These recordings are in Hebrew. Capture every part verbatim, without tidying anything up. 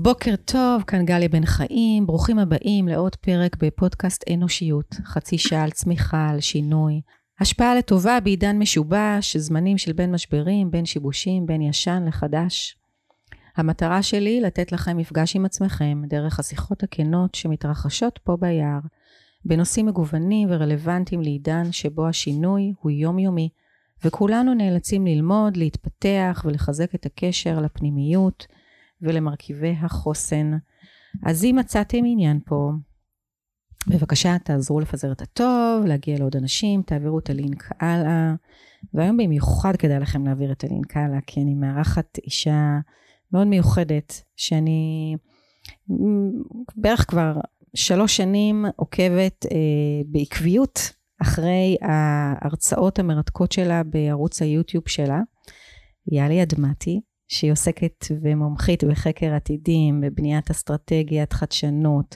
בוקר טוב, כאן גליה בן חיים, ברוכים הבאים לעוד פרק בפודקאסט אנושיות, חצי שעה על צמיחה, על שינוי, השפעה לטובה בעידן משובש, זמנים של בין משברים, בין שיבושים, בין ישן לחדש. המטרה שלי לתת לכם מפגש עם עצמכם דרך השיחות הכנות שמתרחשות פה ביער, בנושאים מגוונים ורלוונטיים לעידן שבו השינוי הוא יומיומי, וכולנו נאלצים ללמוד, להתפתח ולחזק את הקשר לפנימיות ולמרכיבי החוסן. אז אם מצאתם עניין פה, בבקשה תעזרו לפזר את הטוב, להגיע לעוד אנשים, תעבירו את הלינק הלאה, והיום במיוחד כדאי לכם להעביר את הלינק הלאה, כי אני מארחת אישה מאוד מיוחדת, שאני בערך כבר שלוש שנים עוקבת אה, בעקביות, אחרי ההרצאות המרתקות שלה בערוץ היוטיוב שלה, יאלי אדמתי, שהיא עוסקת ומומחית בחקר עתידים, בבניית אסטרטגיית חדשנות,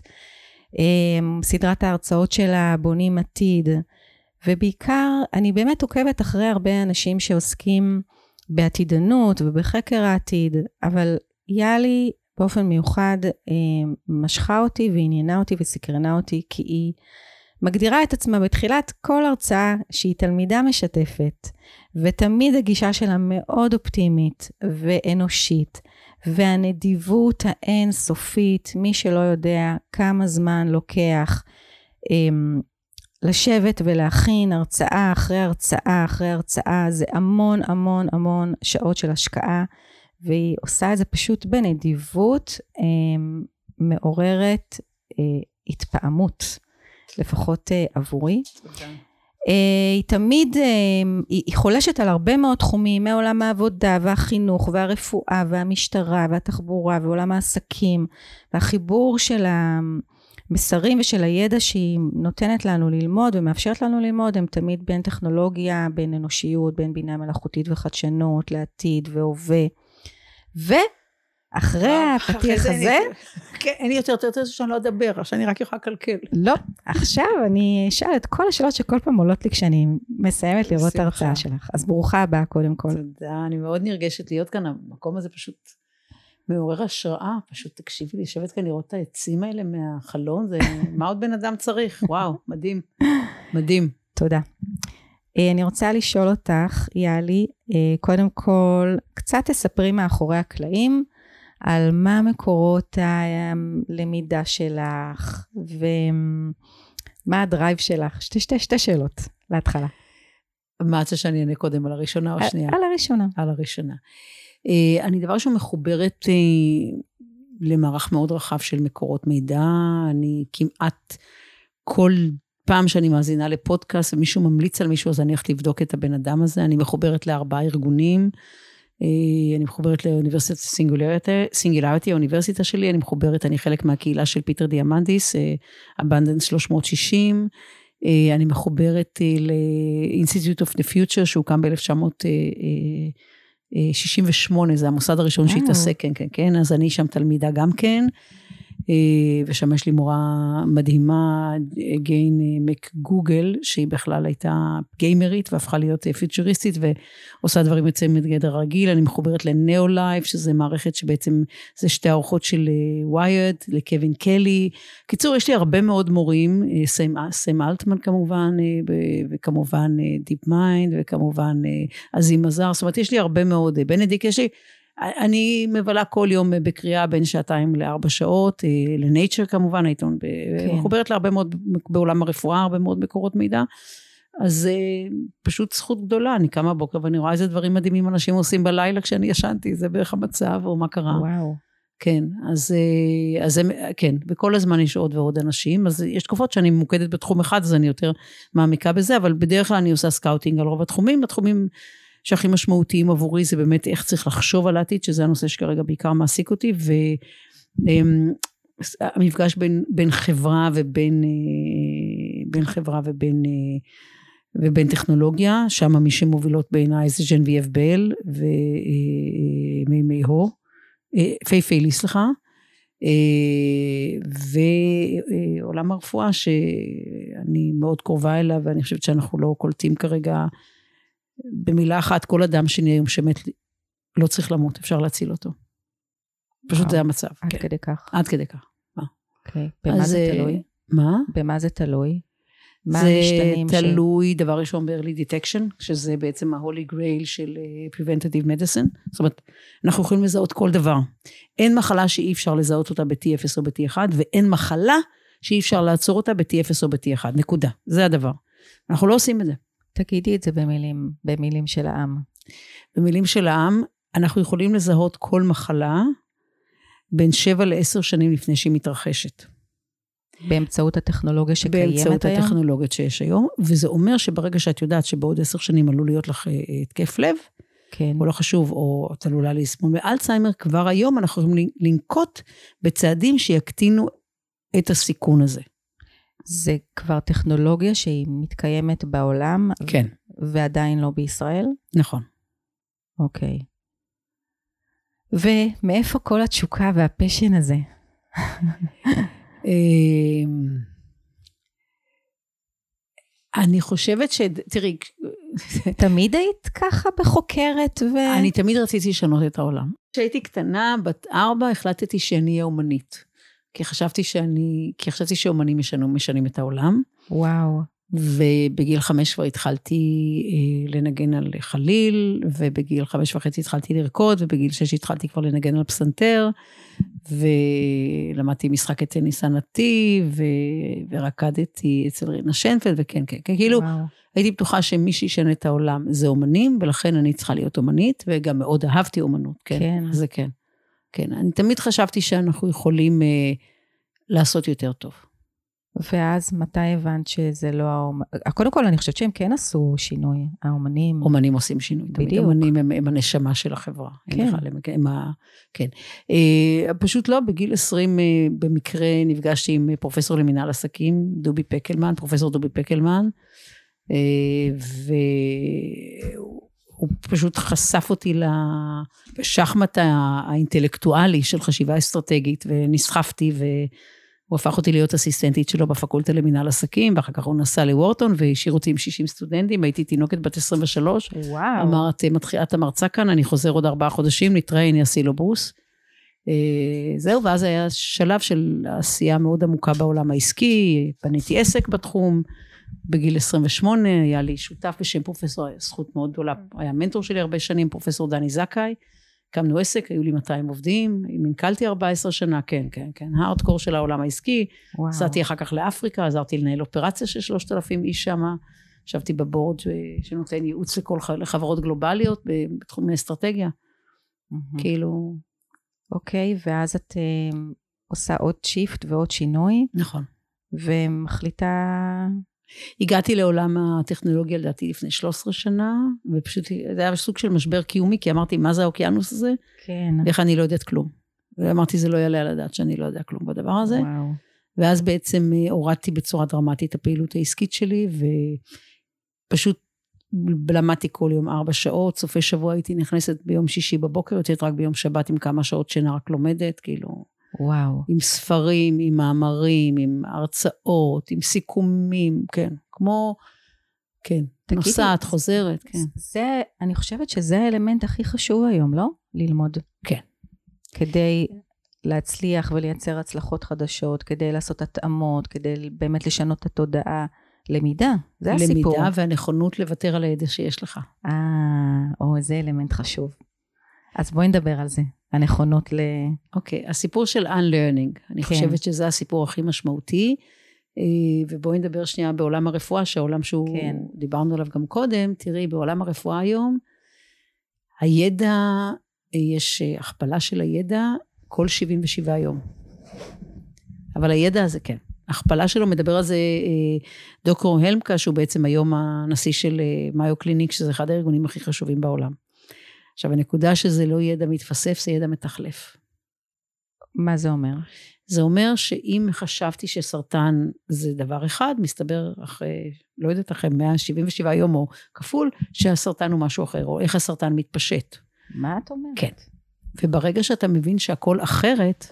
סדרת ההרצאות שלה בונים עתיד, ובעיקר אני באמת עוקבת אחרי הרבה אנשים שעוסקים בעתידנות ובחקר העתיד, אבל יאלי באופן מיוחד משכה אותי ועניינה אותי וסקרנה אותי, כי היא מגדירה את עצמה בתחילת כל הרצאה שהיא תלמידה משתפת, ותמיד הגישה שלה מאוד אופטימית ואנושית, והנדיבות האינסופית, מי שלא יודע כמה זמן לוקח אמ, לשבת ולהכין הרצאה אחרי הרצאה אחרי הרצאה, זה המון המון המון שעות של השקעה, והיא עושה את זה פשוט בנדיבות אמ, מעוררת אה, התפעמות. לפחות uh, עבורי. Okay. Uh, היא תמיד, uh, היא, היא חולשת על הרבה מאוד תחומים, מעולם העבודה והחינוך והרפואה והמשטרה והתחבורה ועולם העסקים, והחיבור של המסרים ושל הידע שהיא נותנת לנו ללמוד ומאפשרת לנו ללמוד, הם תמיד בין טכנולוגיה, בין אנושיות, בין בינה מלאכותית וחדשנות, לעתיד והווה. ו... אחרי הפתיח הזה, כן, אין לי יותר יותר שאני לא אדבר, שאני רק יכולה לקלקל. לא, עכשיו אני אשאל את כל השאלות שכל פעם עולות לי כשאני מסיימת לראות את ההרצאה שלך. אז ברוכה הבאה קודם כל. תודה, אני מאוד נרגשת להיות כאן, המקום הזה פשוט מעורר השראה, פשוט תקשיבי לי, לשבת כאן לראות את העצים האלה מהחלון, זה מה עוד בן אדם צריך, וואו, מדהים, מדהים. תודה. אני רוצה לשאול אותך, יאלי, קודם כל, קצת תספרי מאחורי הקלעים, על מה מקורות הלמידה שלך, ומה הדרייב שלך, שתי, שתי, שתי שאלות להתחלה. מה זה שאני אענה קודם, על הראשונה או שנייה? על הראשונה. על הראשונה. אני דבר שמחוברת למערך מאוד רחב של מקורות מידע, אני כמעט כל פעם שאני מאזינה לפודקאסט, ומישהו ממליץ על מישהו, אז אני הולכת לבדוק את הבן אדם הזה, אני מחוברת לארבעה ארגונים, אני מחוברת לאוניברסיטת סינגולריטי, האוניברסיטה שלי, אני מחוברת, אני חלק מהקהילה של פיטר דיאמנדיס, Abundance שלוש מאות שישים, אני מחוברת ל-Institute of the Future, שהוקם ב-אלף תשע מאות שישים ושמונה, זה המוסד הראשון שהתעסק, כן, כן, כן, אז אני שם תלמידה גם כן, ושם יש לי מורה מדהימה, גיין מקגוגל, שהיא בכלל הייתה גיימרית, והפכה להיות פיוטריסטית, ועושה דברים יוצאים מגדר רגיל. אני מחוברת לנאו-לייף, שזה מערכת שבעצם, זה שתי האורחות של וויירד, לקווין קלי. קיצור, יש לי הרבה מאוד מורים, סם, סם אלטמן כמובן, וכמובן דיפ מיינד, וכמובן עזים מזר, זאת אומרת, יש לי הרבה מאוד, בנדיק, יש לי, אני מבלה כל יום בקריאה בין שעתיים לארבע שעות, לנייצ'ר כמובן, העיתון, כן. מחוברת להרבה מאוד, בעולם הרפואה, הרבה מאוד מקורות מידע, אז פשוט זכות גדולה, אני קמה בוקר ואני רואה איזה דברים מדהימים אנשים עושים בלילה כשאני ישנתי, זה בערך המצב או מה קרה. וואו. כן, אז, אז כן, וכל הזמן יש עוד ועוד אנשים, אז יש תקופות שאני ממוקדת בתחום אחד, אז אני יותר מעמיקה בזה, אבל בדרך כלל אני עושה סקאוטינג על רוב התחומים, התחומים שהכי משמעותיים עבורי זה באמת איך צריך לחשוב על העתיד, שזה הנושא שכרגע בעיקר מעסיק אותי, והמפגש בין, בין חברה ובין, בין חברה ובין, ובין טכנולוגיה, שם מי שמובילות בעיניי זה ג'נבייב בל ומימי הו, פייפיילי סליחה, ועולם הרפואה שאני מאוד קרובה אליו, ואני חושבת שאנחנו לא קולטים כרגע, במילה אחת, כל אדם שני היום שמת, לא צריך למות, אפשר להציל אותו. פשוט זה המצב. עד כן. כדי כך. עד כדי כך. אוקיי. במה זה תלוי? מה? במה זה תלוי? זה תלוי, ש... דבר ראשון ב-early detection, שזה בעצם ה-holy grail של uh, preventative medicine, זאת אומרת, אנחנו יכולים לזהות כל דבר. אין מחלה שאי אפשר לזהות אותה ב-טי אפס או ב-טי אחת, ואין מחלה שאי אפשר לעצור אותה ב-טי אפס או ב-טי אחת, נקודה. זה הדבר. אנחנו לא עושים את זה. תגידי את זה במילים, במילים של העם. במילים של העם, אנחנו יכולים לזהות כל מחלה, בין שבע לעשר שנים לפני שהיא מתרחשת. באמצעות הטכנולוגיה שקיימת היום? באמצעות הטכנולוגיה שיש היום, וזה אומר שברגע שאת יודעת שבעוד עשר שנים עלול להיות לך התקף לב, כן. או לא חשוב, או את עלולה לסבול מאלצהיימר, כבר היום אנחנו יכולים לנקוט בצעדים שיקטינו את הסיכון הזה. זה כבר טכנולוגיה שהיא מתקיימת בעולם? כן. ועדיין לא בישראל? נכון. אוקיי. ומאיפה כל התשוקה והפשן הזה? אני חושבת ש... תראי... תמיד היית ככה בחוקרת ו... אני תמיד רציתי לשנות את העולם. כשהייתי קטנה, בת ארבע, החלטתי שאני אהיה אומנית. כי חשבתי שאני... כי חשבתי שאומנים משנו, משנים את העולם. וואו. ובגיל חמש כבר התחלתי לנגן על חליל, ובגיל חמש וחצי התחלתי לרקוד, ובגיל שש התחלתי כבר לנגן על פסנתר, ולמדתי משחק טניס ענתי, ורקדתי אצל רינה שיינפלד, וכן, כן, כן, כאילו, הייתי בטוחה שמי שישנה את העולם זה אומנים, ולכן אני צריכה להיות אומנית, וגם מאוד אהבתי אומנות, כן, כן. זה כן, כן, אני תמיד חשבתי שאנחנו יכולים אה, לעשות יותר טוב. ואז מתי הבנת שזה לא האומנים? קודם כל אני חושבת שהם כן עשו שינוי, האומנים. אומנים עושים שינוי, בדיוק. תמיד אומנים הם, הם הנשמה של החברה. כן. הם ה... כן. פשוט לא, בגיל עשרים במקרה נפגשתי עם פרופסור למינהל עסקים, דובי פקלמן, פרופסור דובי פקלמן, והוא פשוט חשף אותי לשחמט האינטלקטואלי של חשיבה אסטרטגית, ונסחפתי ו... הוא הפך אותי להיות אסיסטנטית שלו בפקולטה למינהל עסקים, ואחר כך הוא נסע לוורטון, והשאיר אותי עם שישים סטודנטים, הייתי תינוקת בת עשרים ושלוש, וואו. אמרת, מתחילה, אתה מרצה כאן, אני חוזר עוד ארבעה חודשים, נתראה, הנה הסילובוס. זהו, ואז היה שלב של עשייה מאוד עמוקה בעולם העסקי, בניתי עסק בתחום, בגיל עשרים ושמונה, היה לי שותף בשם פרופסור, זכות מאוד גדולה, היה מנטור שלי הרבה שנים, פרופסור דני זכאי, קמנו עסק, היו לי מאתיים עובדים, מנכלתי ארבע עשרה שנה, כן, כן, כן, הארדקור של העולם העסקי, נסעתי אחר כך לאפריקה, עזרתי לנהל אופרציה של שלושת אלפים איש שם, ישבתי בבורד שנותן ייעוץ לכל לחברות גלובליות, בתחום האסטרטגיה, כאילו. אוקיי, ואז את עושה עוד שיפט ועוד שינוי. נכון. ומחליטה... הגעתי לעולם הטכנולוגיה, לדעתי לפני שלוש עשרה שנה, ופשוט זה היה סוג של משבר קיומי, כי אמרתי, מה זה האוקיינוס הזה? כן. ואיך אני לא יודעת כלום. ואמרתי, זה לא יעלה על הדעת שאני לא יודע כלום בדבר הזה. וואו. ואז בעצם הורדתי בצורה דרמטית את הפעילות העסקית שלי, ופשוט למדתי כל יום ארבע שעות, סופי שבוע הייתי נכנסת ביום שישי בבוקר, יוצאת רק ביום שבת עם כמה שעות שינה רק לומדת, כאילו... וואו. עם ספרים, עם מאמרים, עם הרצאות, עם סיכומים, כן, כמו, כן, נוסעת, חוזרת, כן. זה, אני חושבת שזה האלמנט הכי חשוב היום, לא? ללמוד. כן. כדי להצליח ולייצר הצלחות חדשות, כדי לעשות התאמות, כדי באמת לשנות את התודעה, למידה, זה הסיפור. למידה והנכונות לוותר על הידע שיש לך. אה, או, זה אלמנט חשוב. אז בואי נדבר על זה. הנכונות ל... אוקיי, okay, הסיפור של unlearning, אני כן. חושבת שזה הסיפור הכי משמעותי, ובואי נדבר שנייה בעולם הרפואה, שהעולם שהוא, כן. דיברנו עליו גם קודם, תראי, בעולם הרפואה היום, הידע, יש הכפלה של הידע, כל שבעים ושבעה יום. אבל הידע הזה כן, הכפלה שלו מדבר על זה דוקטור הלמקה, שהוא בעצם היום הנשיא של מאיו קליניק, שזה אחד הארגונים הכי חשובים בעולם. עכשיו, הנקודה שזה לא ידע מתפסף, זה ידע מתחלף. מה זה אומר? זה אומר שאם חשבתי שסרטן זה דבר אחד, מסתבר אחרי, לא יודעת, אחרי מאה שבעים ושבעה יום או כפול, שהסרטן הוא משהו אחר, או איך הסרטן מתפשט. מה את אומרת? כן. וברגע שאתה מבין שהכל אחרת,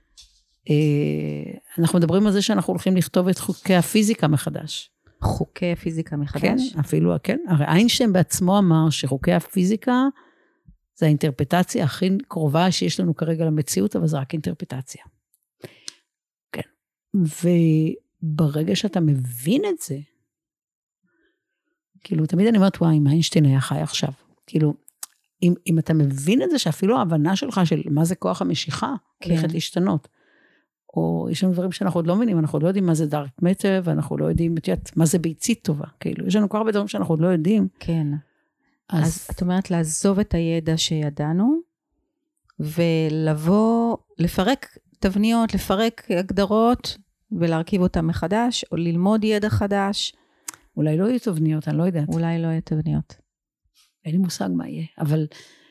אנחנו מדברים על זה שאנחנו הולכים לכתוב את חוקי הפיזיקה מחדש. חוקי הפיזיקה מחדש? כן, אפילו, כן. הרי איינשטיין בעצמו אמר שחוקי הפיזיקה, זה האינטרפטציה הכי קרובה שיש לנו כרגע למציאות, אבל זה רק אינטרפטציה. כן. וברגע שאתה מבין את זה, כאילו, תמיד אני אומרת, וואי, אם איינשטיין היה חי עכשיו, כאילו, אם, אם אתה מבין את זה, שאפילו ההבנה שלך של מה זה כוח המשיכה, כן. הולכת להשתנות, או יש לנו דברים שאנחנו עוד לא מבינים, אנחנו עוד לא יודעים מה זה דארק מטר, ואנחנו לא יודעים, יודעת, מה זה ביצית טובה, כאילו, יש לנו כל הרבה דברים שאנחנו עוד לא יודעים. כן. אז, אז את אומרת, לעזוב את הידע שידענו, ולבוא, לפרק תבניות, לפרק הגדרות, ולהרכיב אותם מחדש, או ללמוד ידע חדש. אולי לא יהיו תבניות, אני לא יודעת. אולי לא יהיו תבניות. אין לי מושג מה יהיה, אבל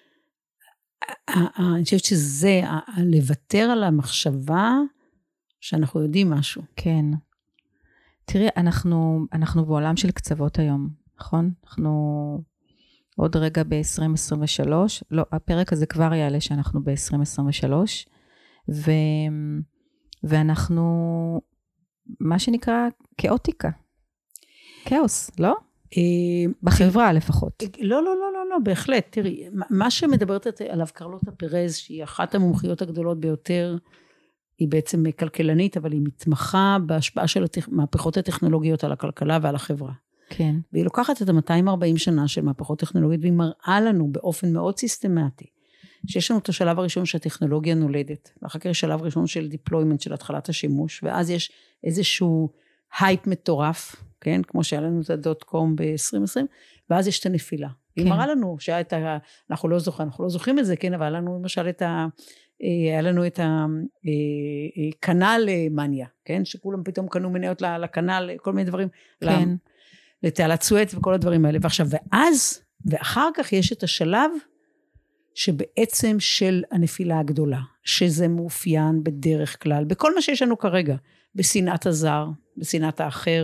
אני חושבת שזה, לוותר על המחשבה שאנחנו יודעים משהו. כן. תראי, אנחנו, אנחנו בעולם של קצוות היום, נכון? אנחנו עוד רגע ב-עשרים עשרים ושלוש, לא, הפרק הזה כבר יעלה שאנחנו ב-עשרים עשרים ושלוש, ו, ואנחנו, מה שנקרא, כאוטיקה. כאוס, לא? בחברה לפחות. לא, לא, לא, לא, לא, בהחלט. תראי, מה שמדברת עליו קרלוטה פרז, שהיא אחת המומחיות הגדולות ביותר, היא בעצם כלכלנית, אבל היא מתמחה בהשפעה של המהפכות הטכנולוגיות על הכלכלה ועל החברה. כן. והיא לוקחת את ה-מאתיים וארבעים שנה של מהפכות טכנולוגיות, והיא מראה לנו באופן מאוד סיסטמטי, שיש לנו את השלב הראשון שהטכנולוגיה נולדת, ואחר כך יש שלב ראשון של דיפלוימנט של התחלת השימוש, ואז יש איזשהו הייפ מטורף, כן, כמו שהיה לנו את הדוט קום ב-עשרים עשרים, ואז יש את הנפילה. כן. היא מראה לנו שאת ה... אנחנו לא זוכרים, אנחנו לא זוכרים את זה, כן, אבל היה לנו למשל את ה... היה לנו את הקנל מניה, כן, שכולם פתאום קנו מניות לקנל, כל מיני דברים, כן. לתעלת סואץ וכל הדברים האלה, ועכשיו, ואז, ואחר כך יש את השלב, שבעצם של הנפילה הגדולה, שזה מאופיין בדרך כלל, בכל מה שיש לנו כרגע, בשנאת הזר, בשנאת האחר,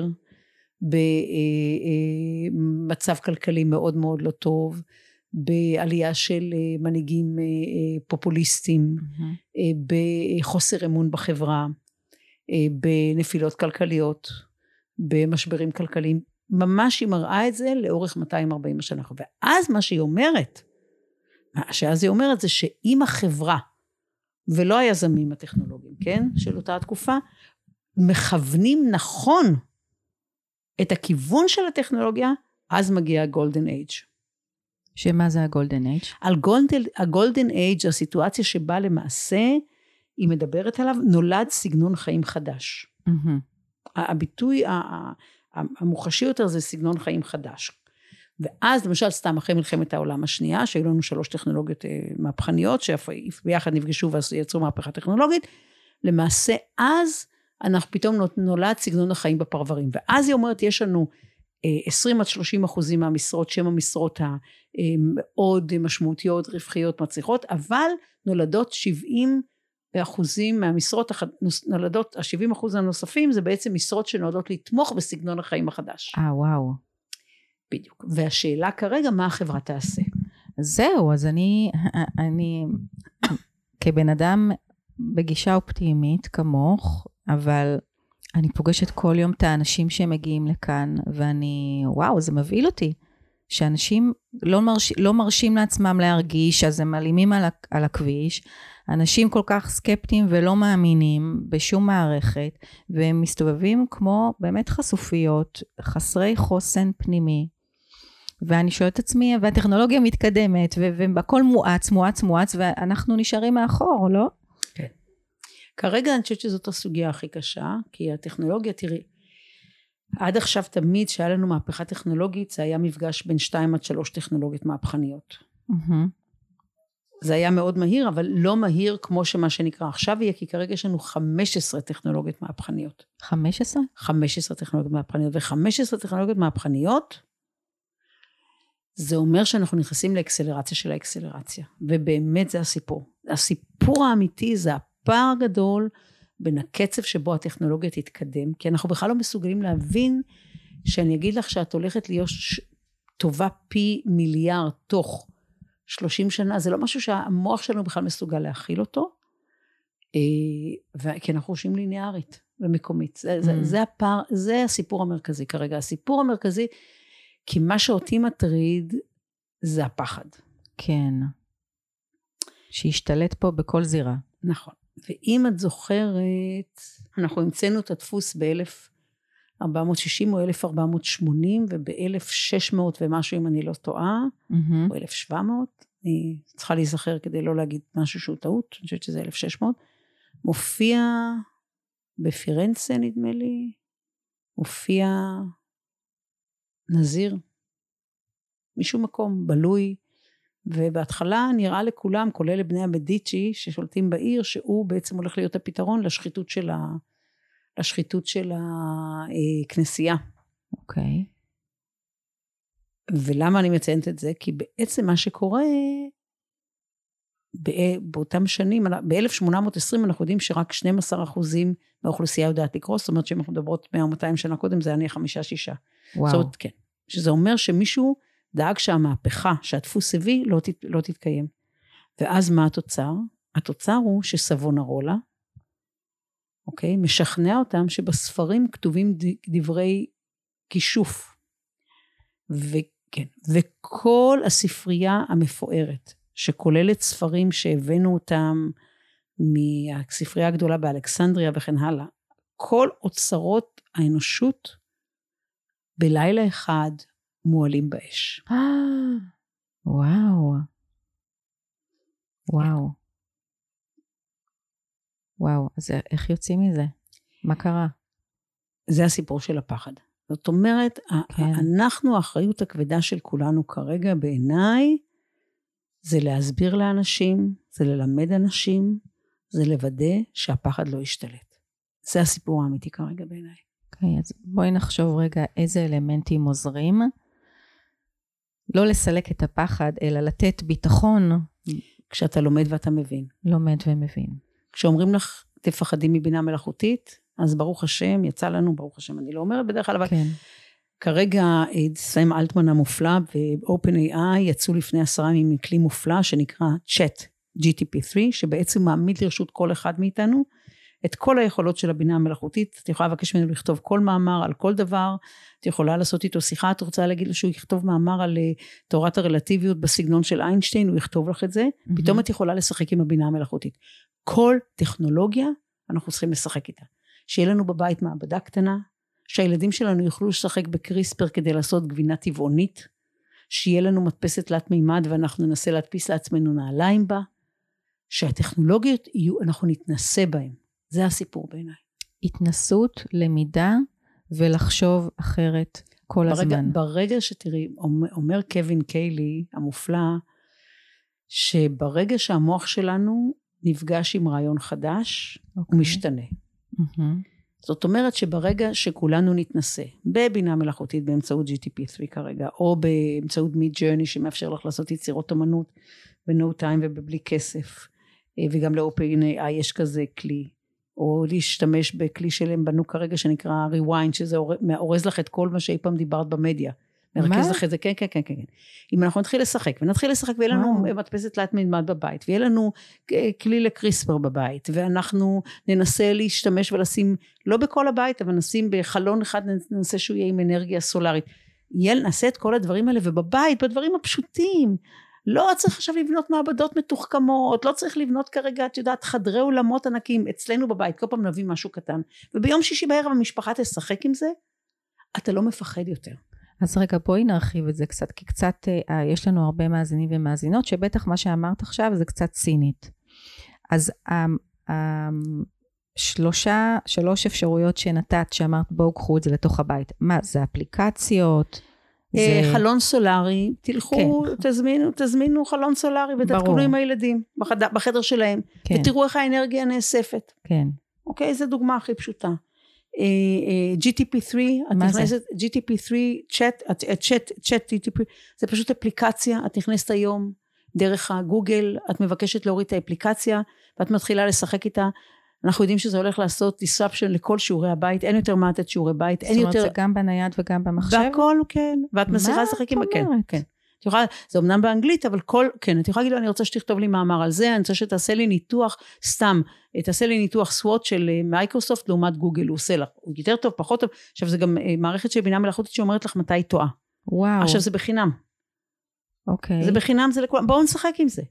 במצב כלכלי מאוד מאוד לא טוב, בעלייה של מנהיגים פופוליסטים, mm-hmm. בחוסר אמון בחברה, בנפילות כלכליות, במשברים כלכליים, ממש היא מראה את זה לאורך מאתיים וארבעים שנה. ואז מה שהיא אומרת, מה שאז היא אומרת זה שאם החברה, ולא היזמים הטכנולוגיים, כן, של אותה התקופה, מכוונים נכון את הכיוון של הטכנולוגיה, אז מגיע הגולדן אייג'. שמה זה הגולדן אייג'? הגולדן אייג' זה הסיטואציה שבה למעשה, היא מדברת עליו, נולד סגנון חיים חדש. Mm-hmm. הביטוי המוחשי יותר זה סגנון חיים חדש. ואז למשל סתם אחרי מלחמת העולם השנייה, שהיו לנו שלוש טכנולוגיות מהפכניות, שביחד נפגשו ויצרו מהפכה טכנולוגית, למעשה אז אנחנו פתאום נולד סגנון החיים בפרברים. ואז היא אומרת, יש לנו עשרים עד שלושים אחוזים מהמשרות, שהן המשרות המאוד משמעותיות, רווחיות, מצליחות, אבל נולדות שבעים אחוזים מהמשרות, נולדות, ה-שבעים אחוז הנוספים, זה בעצם משרות שנולדות לתמוך בסגנון החיים החדש. אה, וואו. בדיוק. והשאלה כרגע, מה החברה תעשה? זהו, אז אני, אני, כבן אדם בגישה אופטימית כמוך, אבל אני פוגשת כל יום את האנשים שמגיעים לכאן, ואני, וואו, זה מבהיל אותי, שאנשים לא, מרש, לא מרשים לעצמם להרגיש, אז הם מעלימים על, על הכביש, אנשים כל כך סקפטיים ולא מאמינים בשום מערכת, והם מסתובבים כמו באמת חשופיות, חסרי חוסן פנימי, ואני שואלת את עצמי, והטכנולוגיה מתקדמת, והכל מואץ, מואץ, מואץ, ואנחנו נשארים מאחור, לא? כן. כרגע אני חושבת שזאת הסוגיה הכי קשה, כי הטכנולוגיה, תראי, עד עכשיו תמיד שהיה לנו מהפכה טכנולוגית, זה היה מפגש בין שתיים עד שלוש טכנולוגיות מהפכניות. זה היה מאוד מהיר, אבל לא מהיר כמו שמה שנקרא עכשיו יהיה, כי כרגע יש לנו חמש עשרה טכנולוגיות מהפכניות. חמש עשרה? חמש עשרה טכנולוגיות מהפכניות, ו-חמש עשרה טכנולוגיות מהפכניות, זה אומר שאנחנו נכנסים לאקסלרציה של האקסלרציה, ובאמת זה הסיפור. הסיפור האמיתי זה הפער הגדול, בין הקצב שבו הטכנולוגיה תתקדם, כי אנחנו בכלל לא מסוגלים להבין, שאני אגיד לך שאת הולכת להיות טובה פי מיליארד תוך שלושים שנה, זה לא משהו שהמוח שלנו בכלל מסוגל להכיל אותו, כי אנחנו חושבים ליניארית ומקומית. זה, זה, זה הפער, זה הסיפור המרכזי כרגע. הסיפור המרכזי, כי מה שאותי מטריד, זה הפחד. כן. שישתלט פה בכל זירה. נכון. ואם את זוכרת, אנחנו המצאנו את הדפוס ב-אלף ארבע מאות שישים או אלף ארבע מאות שמונים, וב-אלף שש מאות ומשהו, אם אני לא טועה, mm-hmm. או אלף שבע מאות, אני צריכה להיזכר כדי לא להגיד משהו שהוא טעות, אני חושבת שזה אלף שש מאות, מופיע בפירנצה, נדמה לי, מופיע נזיר, משום מקום, בלוי, ובהתחלה נראה לכולם, כולל לבני המדיצ'י, ששולטים בעיר, שהוא בעצם הולך להיות הפתרון לשחיתות של ה... לשחיתות של הכנסייה. אוקיי. Okay. ולמה אני מציינת את זה? כי בעצם מה שקורה, באותם שנים, ב-אלף שמונה מאות ועשרים אנחנו יודעים שרק שנים עשר אחוזים מהאוכלוסייה יודעת לקרוא, זאת אומרת שאם אנחנו מדברות מאה או מאתיים שנה קודם, זה היה חמישה שישה. וואו. זאת אומרת, כן. שזה אומר שמישהו דאג שהמהפכה, שהדפוס הביא, לא, ת, לא תתקיים. ואז מה התוצר? התוצר הוא שסבונרולה, אוקיי, משכנע אותם שבספרים כתובים דברי כישוף, וכן, וכל הספרייה המפוארת, שכוללת ספרים שהבאנו אותם מהספרייה הגדולה באלכסנדריה וכן הלאה, כל אוצרות האנושות בלילה אחד מועלים באש. וואו. וואו. וואו, אז איך יוצאים מזה? מה קרה? זה הסיפור של הפחד. זאת אומרת, כן. אנחנו, האחריות הכבדה של כולנו כרגע בעיניי, זה להסביר לאנשים, זה ללמד אנשים, זה לוודא שהפחד לא ישתלט. זה הסיפור האמיתי כרגע בעיניי. אוקיי, אז בואי נחשוב רגע איזה אלמנטים עוזרים, לא לסלק את הפחד, אלא לתת ביטחון. כשאתה לומד ואתה מבין. לומד ומבין. כשאומרים לך, תפחדים מבינה מלאכותית, אז ברוך השם, יצא לנו, ברוך השם, אני לא אומרת בדרך כלל, אבל כן. כרגע סם אלטמן המופלא ו-OpenAI יצאו לפני עשרה ימים עם כלי מופלא שנקרא Chat ג'י טי פי שלוש, שבעצם מעמיד לרשות כל אחד מאיתנו, את כל היכולות של הבינה המלאכותית. את יכולה לבקש ממנו לכתוב כל מאמר על כל דבר, את יכולה לעשות איתו שיחה, את רוצה להגיד לו שהוא יכתוב מאמר על תורת הרלטיביות בסגנון של איינשטיין, הוא יכתוב לך את זה, mm-hmm. פתאום את יכולה לשחק עם הבינה המלאכותית. כל טכנולוגיה אנחנו צריכים לשחק איתה. שיהיה לנו בבית מעבדה קטנה, שהילדים שלנו יוכלו לשחק בקריספר כדי לעשות גבינה טבעונית, שיהיה לנו מדפסת תלת מימד ואנחנו ננסה להדפיס לעצמנו נעליים בה, שהטכנולוגיות יהיו, אנחנו נתנסה בהן. זה הסיפור בעיניי. התנסות, למידה ולחשוב אחרת כל ברגע, הזמן. ברגע שתראי, אומר קווין קיילי המופלא, שברגע שהמוח שלנו נפגש עם רעיון חדש, okay. הוא משתנה. Mm-hmm. זאת אומרת שברגע שכולנו נתנסה, בבינה מלאכותית באמצעות ג'י טי פי שלוש כרגע, או באמצעות מיד ג'רני שמאפשר לך לעשות יצירות אומנות, ב-no time ובבלי כסף, וגם ל-OpenAI יש כזה כלי, או להשתמש בכלי שלהם בנו כרגע שנקרא Rewind, שזה אורז לך את כל מה שאי פעם דיברת במדיה. מרכז לך את זה, כן, כן, כן, כן. אם אנחנו נתחיל לשחק, ונתחיל לשחק, ויהיה לנו מדפסת תלת מימד בבית, ויהיה לנו כלי לקריספר בבית, ואנחנו ננסה להשתמש ולשים, לא בכל הבית, אבל נשים בחלון אחד, ננסה שהוא יהיה עם אנרגיה סולארית. נעשה את כל הדברים האלה, ובבית, בדברים הפשוטים, לא צריך עכשיו לבנות מעבדות מתוחכמות, לא צריך לבנות כרגע, את יודעת, חדרי אולמות ענקים, אצלנו בבית, כל פעם נביא משהו קטן, וביום שישי בערב המשפחה תשחק עם זה, אתה לא מפחד יותר. אז רגע, בואי נרחיב את זה קצת, כי קצת, אה, יש לנו הרבה מאזינים ומאזינות, שבטח מה שאמרת עכשיו זה קצת סינית. אז אה, אה, שלושה, שלוש אפשרויות שנתת, שאמרת בואו קחו את זה לתוך הבית. מה, זה אפליקציות? זה... חלון סולרי, תלכו, כן. תזמינו, תזמינו חלון סולרי, ותתקלו עם הילדים, בחדר, בחדר שלהם, כן. ותראו איך האנרגיה נאספת. כן. אוקיי, זו דוגמה הכי פשוטה. ג'י טי פי שלוש, את נכנסת, ג'י טי פי שלוש, צ'אט, צ'אט, צ'אט, ג'י טי פי, זה פשוט אפליקציה, את נכנסת היום, דרך הגוגל, את מבקשת להוריד את האפליקציה, ואת מתחילה לשחק איתה, אנחנו יודעים שזה הולך לעשות disruption לכל שיעורי הבית, אין יותר מה לתת שיעורי בית, אין יותר... זאת אומרת, זה גם בנייד וגם במחשב? והכל, כן, ואת מצליחה לשחק עם... כן, כן. את יכולה, זה אמנם באנגלית, אבל כל, כן, את יכולה להגיד לו, אני רוצה שתכתוב לי מאמר על זה, אני רוצה שתעשה לי ניתוח, סתם, תעשה לי ניתוח סוואט של מייקרוסופט לעומת גוגל, הוא עושה לך, הוא יותר טוב, פחות טוב, עכשיו זה גם מערכת של בינה מלאכותית שאומרת לך מתי היא טועה. וואו. עכשיו זה בחינם. אוקיי. זה בחינם, זה לכולם, בואו נשחק עם זה.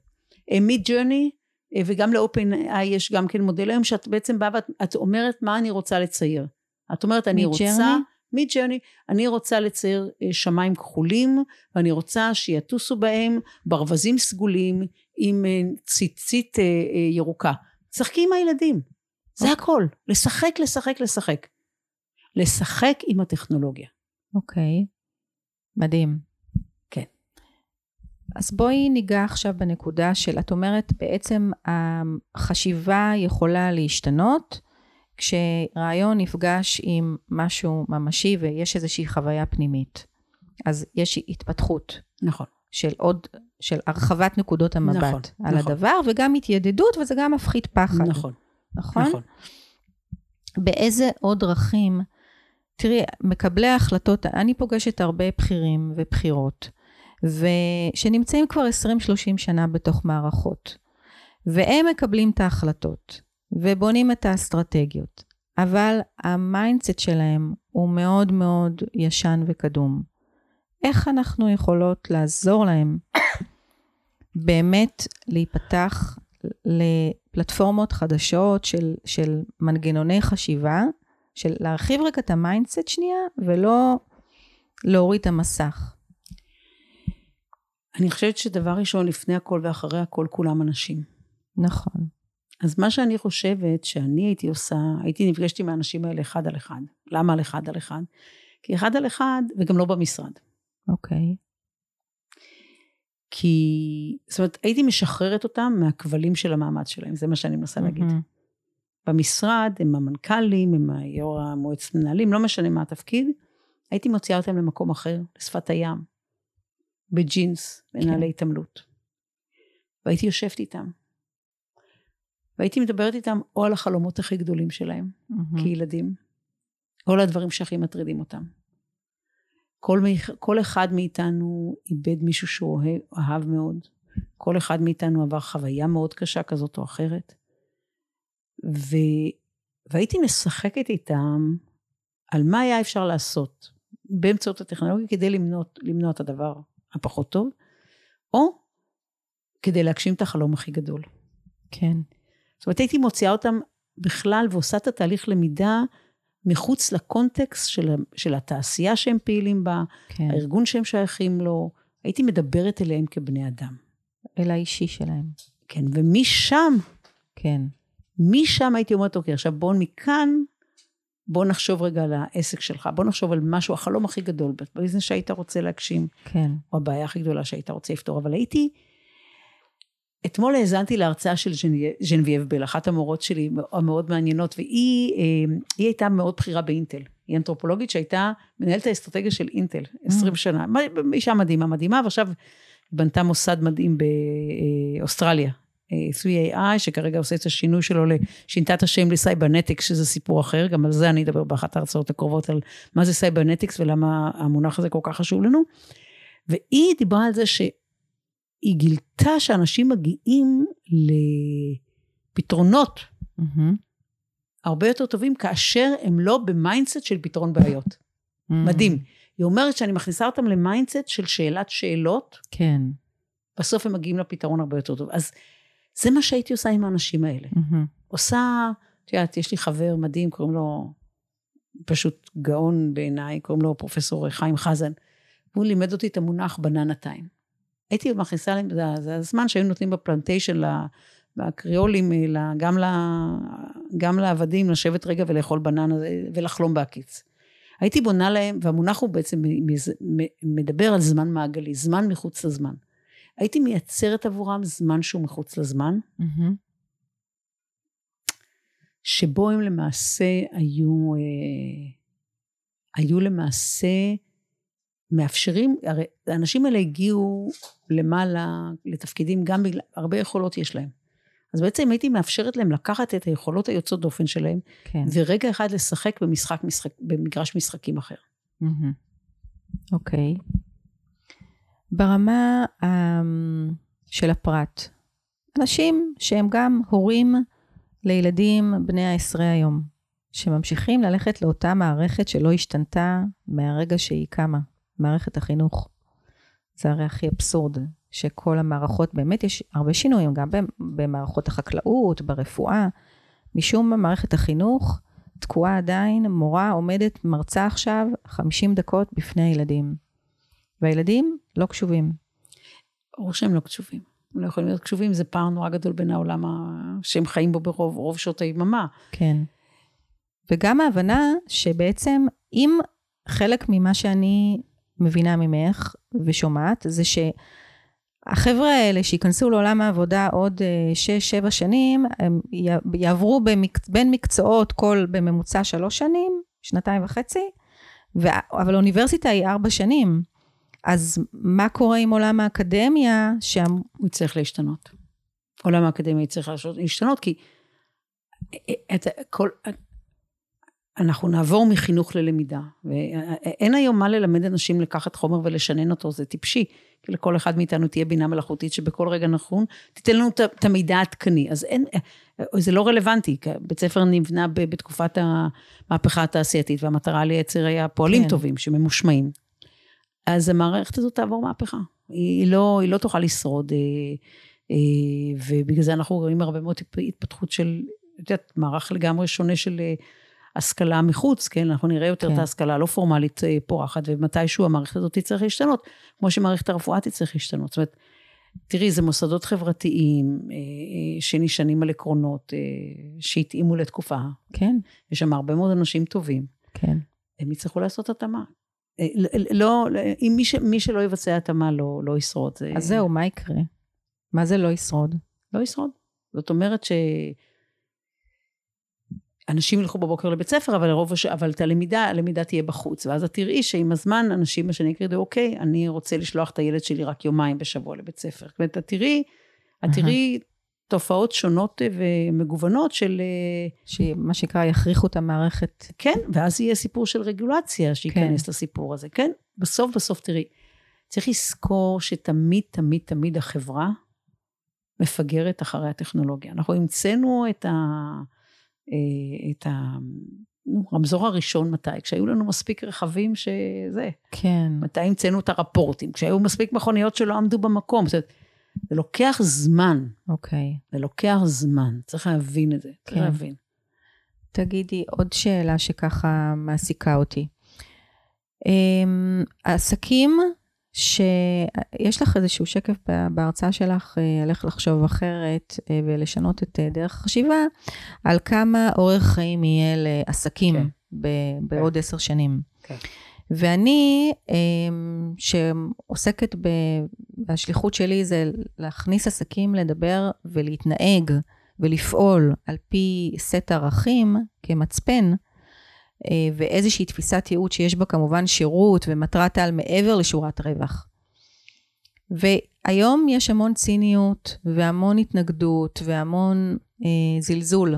מיד ג'רני, וגם ל-OpenAI יש גם כן מודל היום, שאת בעצם באה ואת אומרת מה אני רוצה לצייר. את אומרת, אני רוצה, מיד ג'רני, אני רוצה לצייר שמיים כחולים, ואני רוצה שיטוסו בהם ברווזים סגולים, עם ציצית ירוקה. שחקי עם הילדים. זה הכל. לשחק, לשחק, לשחק. לשחק עם הטכנולוגיה. אוקיי. מדהים. כן. אז בואי ניגע עכשיו בנקודה של, את אומרת, בעצם החשיבה יכולה להשתנות, כשרעיון נפגש עם משהו ממשי, ויש איזושהי חוויה פנימית. אז יש התפתחות. נכון. של עוד, של הרחבת נקודות המבט. נכון, על נכון. הדבר, וגם התיידדות, וזה גם מפחית פחד. נכון. נכון? נכון. באיזה עוד דרכים, תראי, מקבלי ההחלטות, אני פוגשת הרבה בכירים ובחירות, ושנמצאים כבר עשרים שלושים שנה בתוך מערכות, והם מקבלים את ההחלטות, ובונים את האסטרטגיות, אבל המיינדסט שלהם הוא מאוד מאוד ישן וקדום. איך אנחנו יכולות לעזור להם באמת להיפתח לפלטפורמות חדשות של, של מנגנוני חשיבה, של להרחיב רגע את המיינדסט שנייה, ולא להוריד את המסך. אני חושבת שדבר ראשון, לפני הכל ואחרי הכל, כולם אנשים. נכון. אז מה שאני חושבת שאני הייתי עושה, הייתי נפגשתי עם האנשים האלה אחד על אחד. למה על אחד על אחד? כי אחד על אחד, וגם לא במשרד. אוקיי. כי, זאת אומרת, הייתי משחררת אותם מהכבלים של המעמד שלהם, זה מה שאני מנסה להגיד. במשרד, הם המנכ"לים, הם היו"ר המועצת מנהלים, לא משנה מה התפקיד, הייתי מוציאה אותם למקום אחר, לשפת הים, בג'ינס, בנעלי התעמלות. והייתי יושבת איתם. והייתי מדברת איתם או על החלומות הכי גדולים שלהם, כילדים, או על הדברים שהכי מטרידים אותם. כל, כל אחד מאיתנו איבד מישהו שהוא אוהב, אהב מאוד. כל אחד מאיתנו עבר חוויה מאוד קשה כזאת או אחרת. ו... והייתי משחקת איתם על מה היה אפשר לעשות באמצעות הטכנולוגיה כדי למנוע, למנוע את הדבר הפחות טוב, או כדי להגשים את החלום הכי גדול. כן. זאת אומרת, הייתי מוציאה אותם בכלל ועושה את התהליך למידה מחוץ לקונטקסט של, של התעשייה שהם פעילים בה, כן. הארגון שהם שייכים לו, הייתי מדברת אליהם כבני אדם. אל האישי שלהם. כן, ומשם, כן. משם הייתי אומרת, אוקיי, עכשיו בואו מכאן, בואו נחשוב רגע על העסק שלך, בואו נחשוב על משהו, החלום הכי גדול, בביזנס שהיית רוצה להגשים, כן. או הבעיה הכי גדולה שהיית רוצה לפתור, אבל הייתי, אתמול האזנתי להרצאה של ז'נבייב בל, אחת המורות שלי המאוד מעניינות, והיא היא הייתה מאוד בחירה באינטל, היא אנתרופולוגית שהייתה מנהלת האסטרטגיה של אינטל, עשרים שנה, אישה מדהימה, מדהימה, ועכשיו בנתה מוסד מדהים באוסטרליה, תרי איי איי, שכרגע עושה את השינוי שלו, שינתה את השם לסייברנטיקס, שזה סיפור אחר, גם על זה אני אדבר באחת ההרצאות הקרובות, על מה זה סייברנטיקס, ולמה המונח הזה כל כך חשוב לנו, והיא דיברה על זה שהיא גילתה שאנשים מגיעים לפתרונות, mm-hmm. הרבה יותר טובים, כאשר הם לא במיינדסט של פתרון בעיות. Mm-hmm. מדהים. היא אומרת שאני מכניסה אותם למיינדסט של שאלת שאלות, כן. בסוף הם מגיעים לפתרון הרבה יותר טוב. אז זה מה שהייתי עושה עם האנשים האלה. Mm-hmm. עושה, תראית, יש לי חבר מדהים, קוראים לו, פשוט גאון בעיניי, קוראים לו פרופסור חיים חזן, והוא לימד אותי את המונח בננה טיים. הייתי מכניסה להם, זה, זה הזמן שהיו נותנים בפלנטיישן, לקריולים, גם, גם לעבדים, לשבת רגע ולאכול בננה, ולחלום בהקיץ. הייתי בונה להם, והמונח הוא בעצם מדבר על זמן מעגלי, זמן מחוץ לזמן. הייתי מייצרת עבורם זמן שהוא מחוץ לזמן, mm-hmm. שבו הם למעשה היו, היו למעשה מאפשרים, הרי האנשים האלה הגיעו למעלה לתפקידים, גם בגלל, הרבה יכולות יש להם. אז בעצם הייתי מאפשרת להם לקחת את היכולות היוצאות דופן שלהם, כן. ורגע אחד לשחק במשחק, משחק, במגרש משחקים אחר. אוקיי. Okay. ברמה um, של הפרט, אנשים שהם גם הורים לילדים בני העשרה היום, שממשיכים ללכת לאותה מערכת שלא השתנתה מהרגע שהיא קמה, מערכת החינוך. זה הרי הכי אבסורד. שכל המערכות, באמת יש הרבה שינויים, גם במערכות החקלאות, ברפואה, משום במערכת החינוך, תקועה עדיין, מורה עומדת, מרצה עכשיו, חמישים דקות בפני הילדים. והילדים לא קשובים. ברור שהם לא קשובים. הם לא יכולים להיות קשובים, זה פער נורא גדול בין העולם שהם חיים בו ברוב, רוב שעות היממה. כן. וגם ההבנה שבעצם, אם חלק ממה שאני מבינה ממך ושומעת, זה שהחבר'ה האלה שיכנסו לעולם העבודה עוד שש, שבע שנים, הם יעברו במק... בין מקצועות כל בממוצע שלוש שנים, שנתיים וחצי, ו... אבל האוניברסיטה היא ארבע שנים. אז מה קורה עם עולם האקדמיה? שם... הוא צריך להשתנות. עולם האקדמיה צריך להשתנות, כי את כל... אנחנו נעבור מחינוך ללמידה, ואין היום מה ללמד אנשים לקחת חומר ולשנן אותו, זה טיפשי, כי לכל אחד מאיתנו תהיה בינה מלאכותית, שבכל רגע נכון, תיתן לנו את המידע העדכני, אז אין, זה לא רלוונטי, בית ספר נבנה בתקופת המהפכה התעשייתית, והמטרה לייצר היה פועלים כן. טובים, שממושמעים, אז המערכת הזאת תעבור מהפכה, היא לא, היא לא תוכל לשרוד, ובגלל זה אנחנו רואים הרבה מאוד התפתחות של, את יודעת, מערך לגמרי שונה של השכלה מחוץ, כן, אנחנו נראה יותר כן. את ההשכלה הלא פורמלית פורחת, ומתישהו המערכת הזאת תצטרך להשתנות, כמו שמערכת הרפואה תצטרך להשתנות, זאת אומרת, תראי, זה מוסדות חברתיים, שנשענים על עקרונות, שהתאימו לתקופה, כן. יש שם הרבה מאוד אנשים טובים, כן. הם יצטרכו לעשות התאמה, לא, אם מי, ש, מי שלא יבצע התאמה לא, לא ישרוד. אז זהו, מה יקרה? מה זה לא ישרוד? לא ישרוד. זאת אומרת ש... אנשים ילכו בבוקר לבית ספר, אבל הרוב, אבל את הלמידה, הלמידה תהיה בחוץ, ואז את תראי שעם הזמן, אנשים, מה שאני אקריא, אוקיי, אני רוצה לשלוח את הילד שלי רק יומיים בשבוע לבית ספר. זאת אומרת, את תראי, את תראי תופעות שונות ומגוונות של... שמה שקרה, יכריחו את המערכת. כן, ואז יהיה סיפור של רגולציה, שייכנס כן. לסיפור הזה, כן? בסוף, בסוף תראי, צריך לזכור שתמיד, תמיד, תמיד החברה מפגרת אחרי הטכנולוגיה. אנחנו המצאנו את ה... את הרמזור הראשון מתי, כשהיו לנו מספיק רכבים שזה, כן. מתי המצאנו את הרפורטים, כשהיו מספיק מכוניות שלא עמדו במקום, זאת אומרת, זה לוקח זמן, אוקיי. זה לוקח זמן, צריך להבין את זה, כן. צריך להבין. תגידי, עוד שאלה שככה מעסיקה אותי. העסקים שיש לך איזשהו שקף בהרצאה שלך, על איך לחשוב אחרת ולשנות את דרך החשיבה, על כמה אורך חיים יהיה לעסקים כן. בעוד כן. עשר שנים. כן. ואני, שעוסקת בשליחות שלי, זה להכניס עסקים לדבר ולהתנהג ולפעול על פי סט ערכים כמצפן, ואיזושהי תפיסת ייעוד שיש בה כמובן שירות ומטרת על מעבר לשורת רווח. והיום יש המון ציניות והמון התנגדות והמון אה, זלזול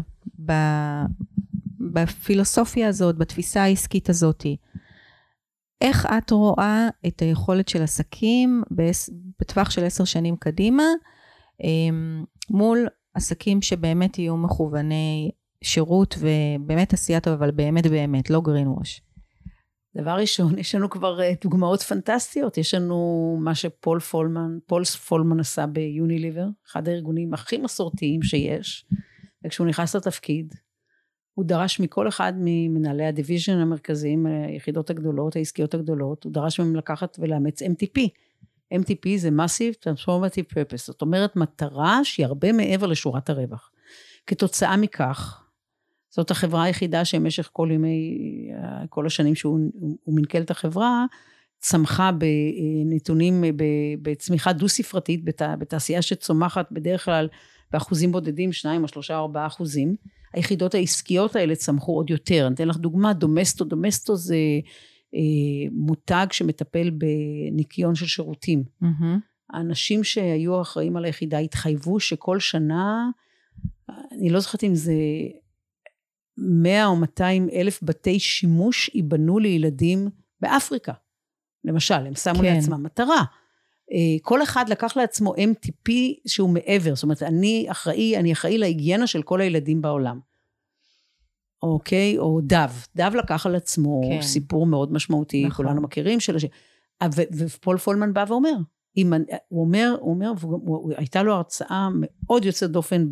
בפילוסופיה הזאת, בתפיסה העסקית הזאת. איך את רואה את היכולת של עסקים בטווח של עשר שנים קדימה, אה, מול עסקים שבאמת יהיו מכווני שירות ובאמת עשייה טוב, אבל באמת באמת, לא גרינווש. דבר ראשון, יש לנו כבר דוגמאות פנטסטיות, יש לנו מה שפול פולמן, פול פולמן עשה ביוניליבר, אחד הארגונים הכי מסורתיים שיש, וכשהוא נכנס לתפקיד, הוא דרש מכל אחד ממנהלי הדיוויז'ן המרכזיים, היחידות הגדולות, העסקיות הגדולות, הוא דרש מהם לקחת ולאמץ אם טי פי. אם טי פי זה Massive Transformative Purpose, זאת אומרת מטרה שהיא הרבה מעבר לשורת הרווח. כתוצאה מכך, זאת החברה היחידה שבמשך כל ימי, כל השנים שהוא מנכ"ל את החברה, צמחה בנתונים, בצמיחה דו-ספרתית, בתעשייה שצומחת בדרך כלל באחוזים בודדים, שניים או שלושה או ארבעה אחוזים, היחידות העסקיות האלה צמחו עוד יותר. אני אתן לך דוגמה, דומסטו, דומסטו זה מותג שמטפל בניקיון של שירותים. האנשים שהיו אחראים על היחידה התחייבו שכל שנה, אני לא זוכרת אם זה מאה או מאתיים אלף בתי שימוש ייבנו לילדים באפריקה. למשל, הם שמו כן. לעצמם מטרה. כל אחד לקח לעצמו אם טי פי שהוא מעבר, זאת אומרת, אני אחראי, אני אחראי להיגיינה של כל הילדים בעולם. אוקיי? או דב. דב לקח על עצמו כן. סיפור מאוד משמעותי, נכון. כולנו מכירים של... ו- ופול פולמן בא ואומר, אם, הוא אומר, הוא אומר, והוא, הוא, הייתה לו הרצאה מאוד יוצאת דופן ב,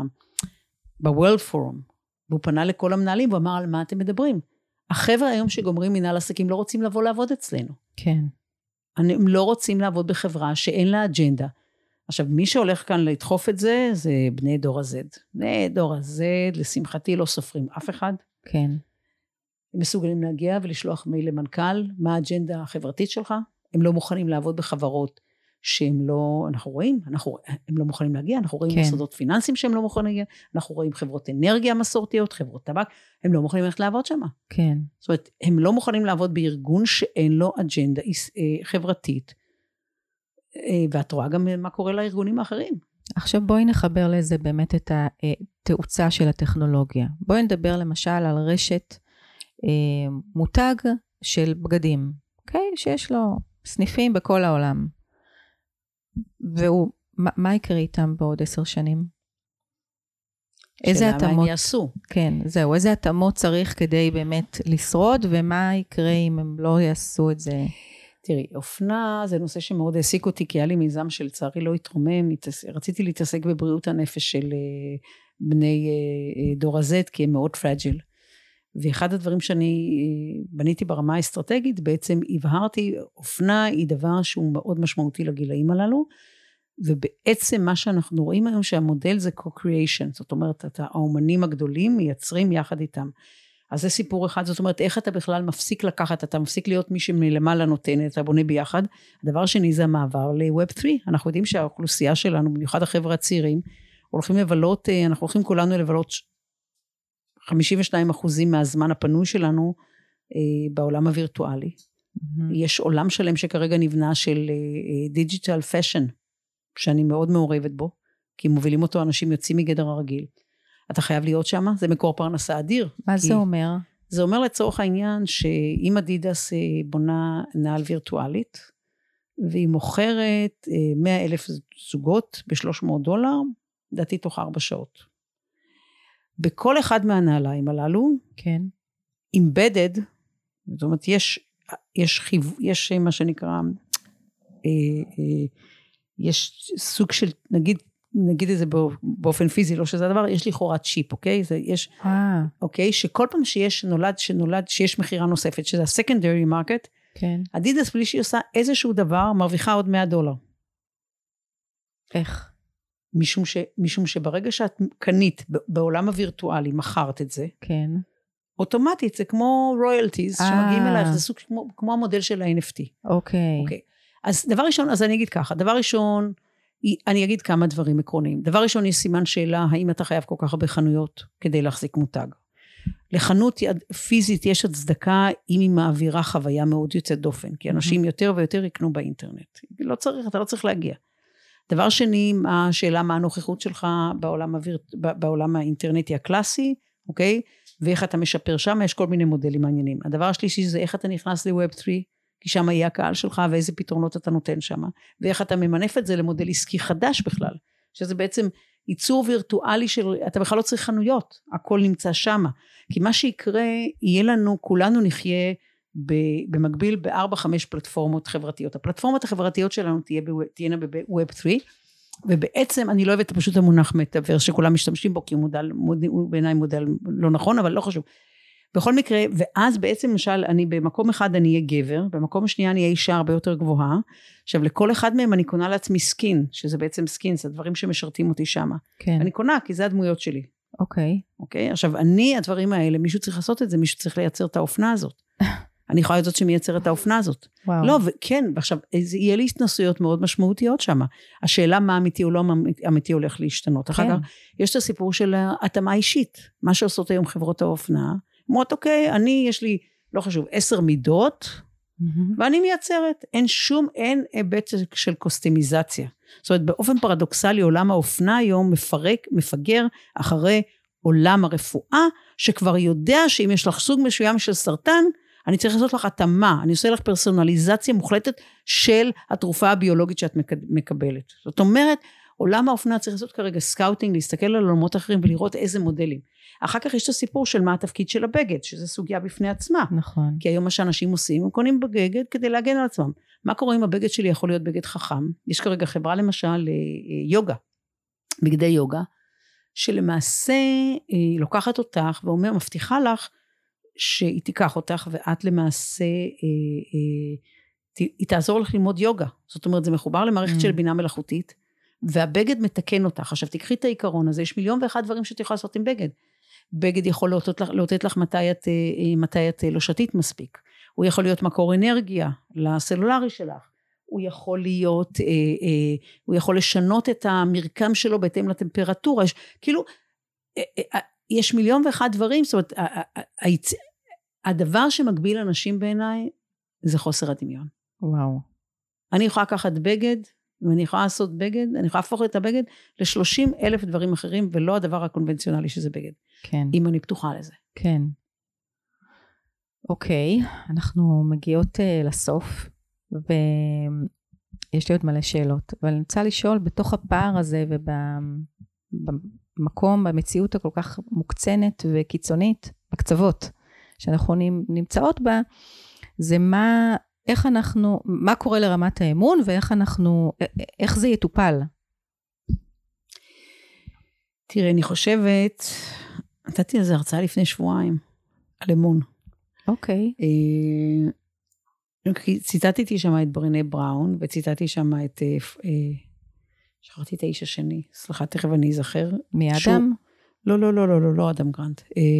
ב-World Forum, והוא פנה לכל המנהלים, והוא אמר, על מה אתם מדברים? החבר'ה היום שגומרים מנהל עסקים, לא רוצים לבוא לעבוד אצלנו. כן. הם לא רוצים לעבוד בחברה שאין לה אג'נדה. עכשיו, מי שהולך כאן לדחוף את זה, זה בני דור ה-Z. בני דור ה-Z, לשמחתי לא סופרים אף אחד. כן. הם מסוגלים להגיע ולשלוח מייל למנכ"ל, מה האג'נדה החברתית שלך? הם לא מוכנים לעבוד בחברות שהם לא, אנחנו רואים, אנחנו, הם לא מוכנים להגיע, אנחנו רואים כן. מוסדות פיננסיים שהם לא מוכנים להגיע, אנחנו רואים חברות אנרגיה מסורתיות, חברות טבק, הם לא מוכנים ללכת לעבוד שם. כן. זאת אומרת, הם לא מוכנים לעבוד בארגון שאין לו אג'נדה חברתית, ואת רואה גם מה קורה לארגונים האחרים. עכשיו בואי נחבר לזה באמת את התאוצה של הטכנולוגיה. בואי נדבר למשל על רשת מותג של בגדים, אוקיי? שיש לו סניפים בכל העולם. והוא, מה, מה יקרה איתם בעוד עשר שנים? איזה התאמות? שאלה מה הם יעשו. כן, זהו, איזה התאמות צריך כדי באמת לשרוד, ומה יקרה אם הם לא יעשו את זה? תראי, אופנה זה נושא שמאוד העסיק אותי, כי היה לי מיזם שלצערי לא התרומם, רציתי להתעסק בבריאות הנפש של בני דור ה-Z, כי הם מאוד פרג'ל. ואחד הדברים שאני בניתי ברמה האסטרטגית, בעצם הבהרתי, אופנה היא דבר שהוא מאוד משמעותי לגילאים הללו, ובעצם מה שאנחנו רואים היום שהמודל זה co-creation, זאת אומרת, את האומנים הגדולים מייצרים יחד איתם. אז זה סיפור אחד, זאת אומרת, איך אתה בכלל מפסיק לקחת, אתה מפסיק להיות מי שמלמעלה נותן, אתה בונה ביחד. הדבר שני זה המעבר ל-ווב תרי, אנחנו יודעים שהאוכלוסייה שלנו, במיוחד החבר'ה הצעירים, הולכים לבלות, אנחנו הולכים כולנו לבלות חמישים ושניים אחוזים מהזמן הפנוי שלנו בעולם הווירטואלי. Mm-hmm. יש עולם שלם שכרגע נבנה של דיג'יטל פשן, שאני מאוד מעורבת בו, כי מובילים אותו אנשים יוצאים מגדר הרגיל. אתה חייב להיות שם, זה מקור פרנסה אדיר. מה זה אומר? זה אומר לצורך העניין, שאם אדידס בונה נעל וירטואלית, והיא מוכרת מאה אלף זוגות ב-שלוש מאות דולר, דעתי תוך ארבע שעות. בכל אחד מהנעליים הללו, כן. embedded, זאת אומרת, יש, יש, חיו, יש מה שנקרא, אה, אה, יש סוג של, נגיד, נגיד את זה באופן פיזי, לא שזה הדבר, יש לכאורה צ'יפ, אוקיי? זה יש, אה. אוקיי? שכל פעם שיש נולד, שנולד, שיש מחירה נוספת, שזה ה-secondary market, כן. אדידס בלי שהיא עושה איזשהו דבר, מרוויחה עוד מאה דולר. איך? משום ש, משום שברגע שאת קנית בעולם הווירטואלי, מכרת את זה, כן. אוטומטית, זה כמו רויאלטיז, שמגיעים אלייך, זה סוג כמו, כמו המודל של ה-אן אף טי. אוקיי. אוקיי. אז דבר ראשון, אז אני אגיד ככה, דבר ראשון, אני אגיד כמה דברים עקרוניים. דבר ראשון, יש סימן שאלה, האם אתה חייב כל כך הרבה חנויות, כדי להחזיק מותג. לחנות פיזית יש הצדקה, אם היא מעבירה חוויה מאוד יוצאת דופן, כי אנשים יותר ויותר יקנו באינטרנט. לא צריך, אתה לא צריך להגיע. דבר שני, השאלה מה הנוכחות שלך בעולם, האוויר, בעולם האינטרנטי הקלאסי, אוקיי? ואיך אתה משפר שם, יש כל מיני מודלים מעניינים. הדבר השלישי זה איך אתה נכנס ל-ווב תרי, כי שם יהיה הקהל שלך, ואיזה פתרונות אתה נותן שם, ואיך אתה ממנף את זה למודל עסקי חדש בכלל, שזה בעצם ייצור וירטואלי של, אתה בכלל לא צריך חנויות, הכל נמצא שם, כי מה שיקרה, יהיה לנו, כולנו נחיה במקביל בארבע, חמש פלטפורמות חברתיות. הפלטפורמות החברתיות שלנו תהיינה ב-ווב תרי, ובעצם אני לא אוהבת פשוט המונח מטאברס, שכולם משתמשים בו, כי הוא מודל, הוא בעיניי מודל לא נכון, אבל לא חשוב. בכל מקרה, ואז בעצם למשל, אני במקום אחד אני אהיה גבר, במקום השנייה אני אהיה אישה הרבה יותר גבוהה, עכשיו לכל אחד מהם אני קונה לעצמי סקין, שזה בעצם סקין, זה הדברים שמשרתים אותי שם. כן. אני קונה, כי זה הדמויות שלי. אוקיי. אוקיי, עכשיו אני, הדברים האלה, מישהו צריך לעשות את זה, מישהו צריך לייצר את האופנה הזאת. אני יכולה להיות זאת שמייצר את האופנה הזאת. וואו. לא, וכן, ועכשיו, יהיה לי התנסויות מאוד משמעותיות שם. השאלה מה אמיתי או לא אמיתי הולך להשתנות. אחר כך, יש את הסיפור של התאמה אישית. מה שעושות היום חברות האופנה, אומרות, אוקיי, אני, יש לי, לא חשוב, עשר מידות, mm-hmm. ואני מייצרת. אין שום, אין היבט של קוסטמיזציה. זאת אומרת, באופן פרדוקסלי, עולם האופנה היום מפרק, מפגר, אחרי עולם הרפואה, שכבר יודע שאם יש לך סוג מסוים של סרטן, אני צריך לעשות לך התאמה, אני עושה לך פרסונליזציה מוחלטת של התרופה הביולוגית שאת מקבלת. זאת אומרת, עולם האופנה צריך לעשות כרגע סקאוטינג, להסתכל על עולמות אחרים ולראות איזה מודלים. אחר כך יש את הסיפור של מה התפקיד של הבגד, שזה סוגיה בפני עצמה. נכון. כי היום מה שאנשים עושים, הם קונים בגד כדי להגן על עצמם. מה קורה אם הבגד שלי יכול להיות בגד חכם? יש כרגע חברה למשל יוגה, בגדי יוגה, שלמעשה היא לוקחת אותך ואומר, מבטיחה לך שהיא תיקח אותך ואת למעשה, היא תעזור לך ללמוד יוגה. זאת אומרת, זה מחובר למערכת של בינה מלאכותית, והבגד מתקן אותך. עכשיו תקחי את העיקרון הזה, יש מיליון ואחד דברים שאת יכולה לעשות עם בגד. בגד יכול לאותת לך מתי את, מתי את לא שתית מספיק. הוא יכול להיות מקור אנרגיה לסלולרי שלך. הוא יכול להיות, אה, אה, הוא יכול לשנות את המרקם שלו בהתאם לטמפרטורה. יש, כאילו, אה, אה, יש מיליון ואחד דברים, זאת אומרת, הדבר שמגביל אנשים בעיניי, זה חוסר הדמיון. וואו. אני יכולה לקחת בגד, ואני יכולה לעשות בגד, אני יכולה להפוך את הבגד ל-שלושים אלף דברים אחרים, ולא הדבר הקונבנציונלי שזה בגד. כן. אם אני פתוחה לזה. כן. אוקיי, אנחנו מגיעות uh, לסוף, ויש לי עוד מלא שאלות, אבל אני רוצה לשאול, בתוך הפער הזה, ובמקום, במציאות הכל כך מוקצנת וקיצונית, בקצוות, שאנחנו נמצאות בה, זה מה, איך אנחנו, מה קורה לרמת האמון, ואיך אנחנו, איך זה יטופל? תראה, אני חושבת, נתתי איזו הרצאה לפני שבועיים, על אמון. אוקיי. ציטטתי שם את ברנה בראון, וציטטתי שם את, שכחתי את האיש השני, סליחה, תכף אני אזכר. מי אדם? לא, לא, לא, לא, לא, לא אדם גרנט.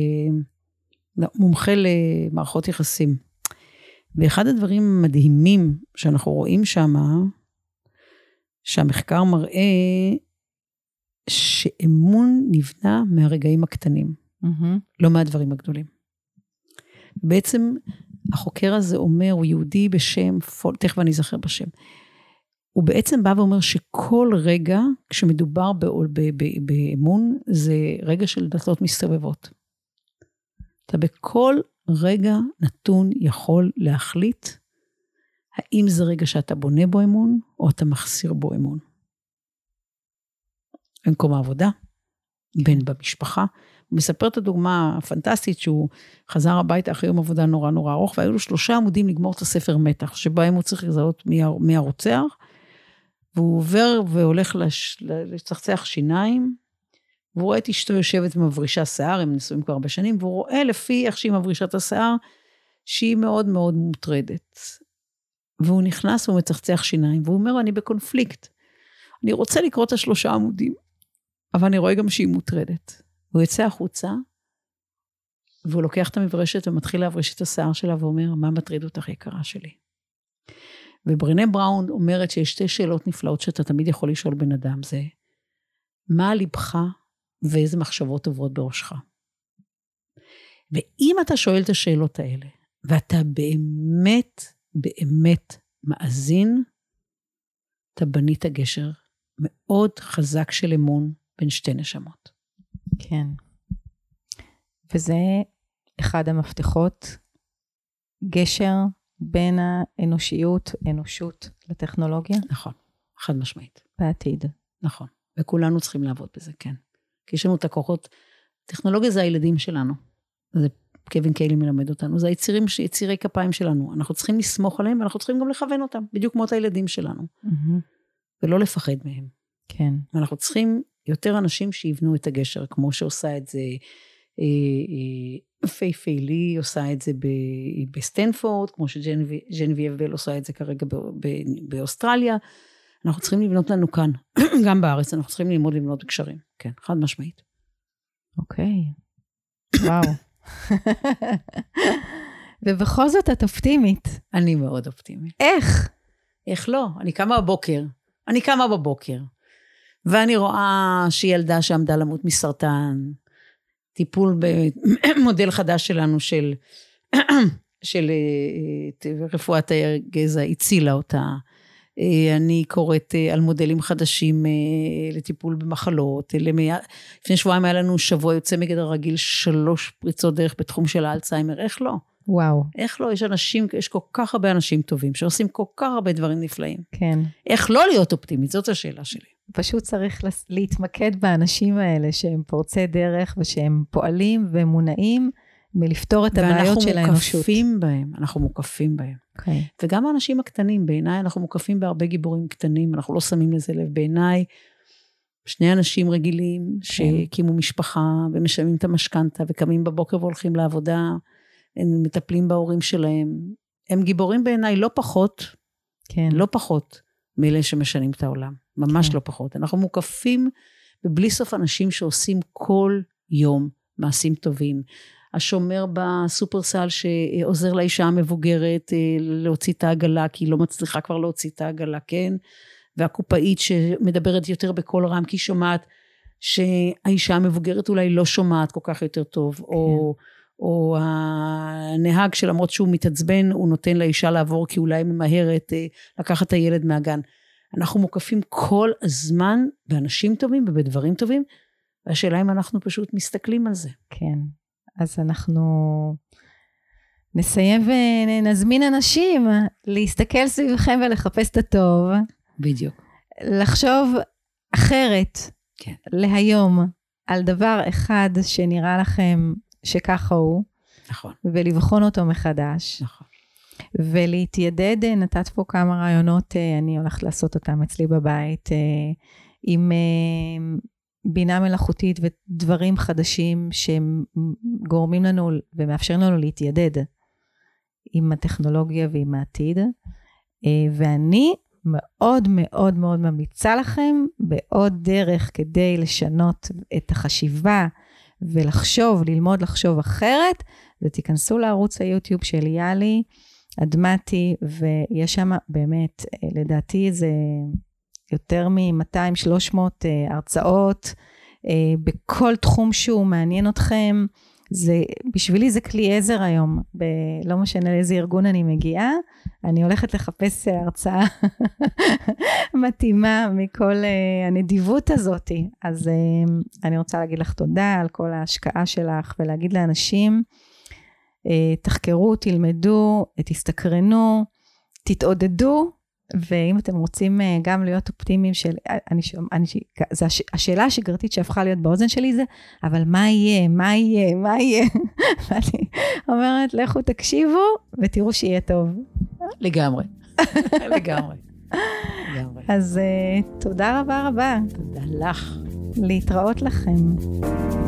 מומחה למערכות יחסים. ואחד הדברים המדהימים שאנחנו רואים שם, שהמחקר מראה שאמון נבנה מהרגעים הקטנים, לא מהדברים הגדולים. בעצם החוקר הזה אומר, הוא יהודי בשם, תכף אני אזכר בשם, הוא בעצם בא ואומר שכל רגע, כשמדובר באמון, זה רגע של דלתות מסתובבות. אתה בכל רגע נתון יכול להחליט, האם זה רגע שאתה בונה בו אמון, או אתה מחסיר בו אמון. במקום העבודה, בין במשפחה, הוא מספר את הדוגמה הפנטסטית, שהוא חזר הביתה אחרי יום עבודה נורא נורא ארוך, והיו לו שלושה עמודים לגמור את הספר מתח, שבהם הוא צריך לזהות מי הרוצח, והוא עובר והולך לצחצח שיניים, והוא רואה את אשתו יושבת ומברישה שיער, הם נשואים כבר הרבה שנים, והוא רואה לפי איך שהיא מברישה את השיער, שהיא מאוד מאוד מוטרדת. והוא נכנס ומצחצח שיניים, והוא אומר, אני בקונפליקט. אני רוצה לקרוא את השלושה עמודים, אבל אני רואה גם שהיא מוטרדת. הוא יצא החוצה, והוא לוקח את המברשת ומתחיל להבריש את השיער שלה, ואומר, מה מטריד אותך יקרה שלי? וברנה בראון אומרת שיש שתי שאלות נפלאות שאתה תמיד יכול לשאול בן אדם, זה, מה ליבך ואיזה מחשבות עוברות בראשך? ואם אתה שואל את השאלות האלה, ואתה באמת, באמת מאזין, אתה בנית גשר מאוד חזק של אמון בין שתי נשמות. כן. וזה אחד המפתחות, גשר בין האנושיות, אנושות לטכנולוגיה. נכון, חד משמעית. בעתיד. נכון, וכולנו צריכים לעבוד בזה, כן. כי יש לנו את הכוחות, טכנולוגיה זה הילדים שלנו, זה קווין קיילי מלמד אותנו, זה היצירים, יצירי כפיים שלנו, אנחנו צריכים לסמוך עליהם, ואנחנו צריכים גם לכוון אותם, בדיוק כמו את הילדים שלנו, mm-hmm. ולא לפחד מהם. כן. ואנחנו צריכים יותר אנשים שיבנו את הגשר, כמו שעושה את זה, פיי פיי לי עושה את זה בסטנפורד, כמו שג'נבייב בל עושה את זה כרגע באוסטרליה, אנחנו צריכים לבנות לנו כאן, גם בארץ, אנחנו צריכים ללמוד לבנות קשרים, כן, חד משמעית. אוקיי, וואו. ובכל זאת את אופטימית. אני מאוד אופטימית. איך? איך לא? אני קמה בבוקר, אני קמה בבוקר, ואני רואה שהיא ילדה שעמדה למות מסרטן, טיפול במודל חדש שלנו של, של רפואת הגזע, הצילה אותה. אני קוראת על מודלים חדשים לטיפול במחלות. לפני שבועיים היה לנו שבוע יוצא מגדר רגיל, שלוש פריצות דרך בתחום של האלצהיימר. איך לא? וואו. איך לא? יש אנשים, יש כל כך הרבה אנשים טובים, שעושים כל כך הרבה דברים נפלאים. כן. איך לא להיות אופטימית? זאת השאלה שלי. פשוט צריך להתמקד באנשים האלה, שהם פורצי דרך, ושהם פועלים ומונעים, מלפתור את הבעיות של האנושות. ואנחנו מוקפים בהם, אנחנו מוקפים בהם. Okay. וגם האנשים הקטנים, בעיניי אנחנו מוקפים בהרבה גיבורים קטנים, אנחנו לא שמים לזה לב. בעיניי, שני אנשים רגילים, okay. שהקימו משפחה, ומשלמים את המשכנתה, וקמים בבוקר והולכים לעבודה, הם מטפלים בהורים שלהם, הם גיבורים בעיניי לא פחות, כן. לא פחות, מאלה שמשנים את העולם, ממש כן. לא פחות. אנחנו מוקפים, ובלי סוף אנשים שעושים כל יום מעשים טובים, השומר בסופרסל שעוזר לאישה המבוגרת להוציא את העגלה, כי היא לא מצליחה כבר להוציא את העגלה, כן? והקופאית שמדברת יותר בכל רם, כי היא שומעת שהאישה המבוגרת אולי לא שומעת כל כך יותר טוב, כן. או, או הנהג שלמרות שהוא מתעצבן, הוא נותן לאישה לעבור, כי אולי ממהרת לקחת את הילד מהגן. אנחנו מוקפים כל הזמן באנשים טובים ובדברים טובים, והשאלה אם אנחנו פשוט מסתכלים על זה. כן. אז אנחנו נסיים ונזמין אנשים להסתכל סביבכם ולחפש את הטוב. בדיוק. לחשוב אחרת, כן. להיום, על דבר אחד שנראה לכם שככה הוא. נכון. ולבחון אותו מחדש. נכון. ולהתיידד, נתת פה כמה רעיונות, אני הולכת לעשות אותם אצלי בבית, עם בינה מלאכותית ודברים חדשים שגורמים לנו ומאפשרים לנו להתיידד עם הטכנולוגיה ועם העתיד. ואני מאוד מאוד מאוד ממליצה לכם בעוד דרך כדי לשנות את החשיבה ולחשוב, ללמוד לחשוב אחרת, ותיכנסו לערוץ היוטיוב של יאלי, אדמתי, ויש שם באמת, לדעתי זה יותר מ-מאתיים שלוש מאות הרצאות, בכל תחום שהוא מעניין אתכם, זה, בשבילי זה כלי עזר היום, ב, לא משנה לאיזה ארגון אני מגיעה, אני הולכת לחפש הרצאה מתאימה מכל הנדיבות הזאת, אז אני רוצה להגיד לך תודה על כל ההשקעה שלך, ולהגיד לאנשים, תחקרו, תלמדו, תסתקרנו, תתעודדו, ואם אתם רוצים גם להיות אופטימיים של, אני, אני, זה הש, השאלה השגרתית שהפכה להיות באוזן שלי זה, אבל מה יהיה, מה יהיה, מה יהיה? ואני אומרת, לכו תקשיבו ותראו שיהיה טוב. לגמרי, לגמרי. לגמרי. אז תודה רבה רבה. תודה לך. להתראות לכם.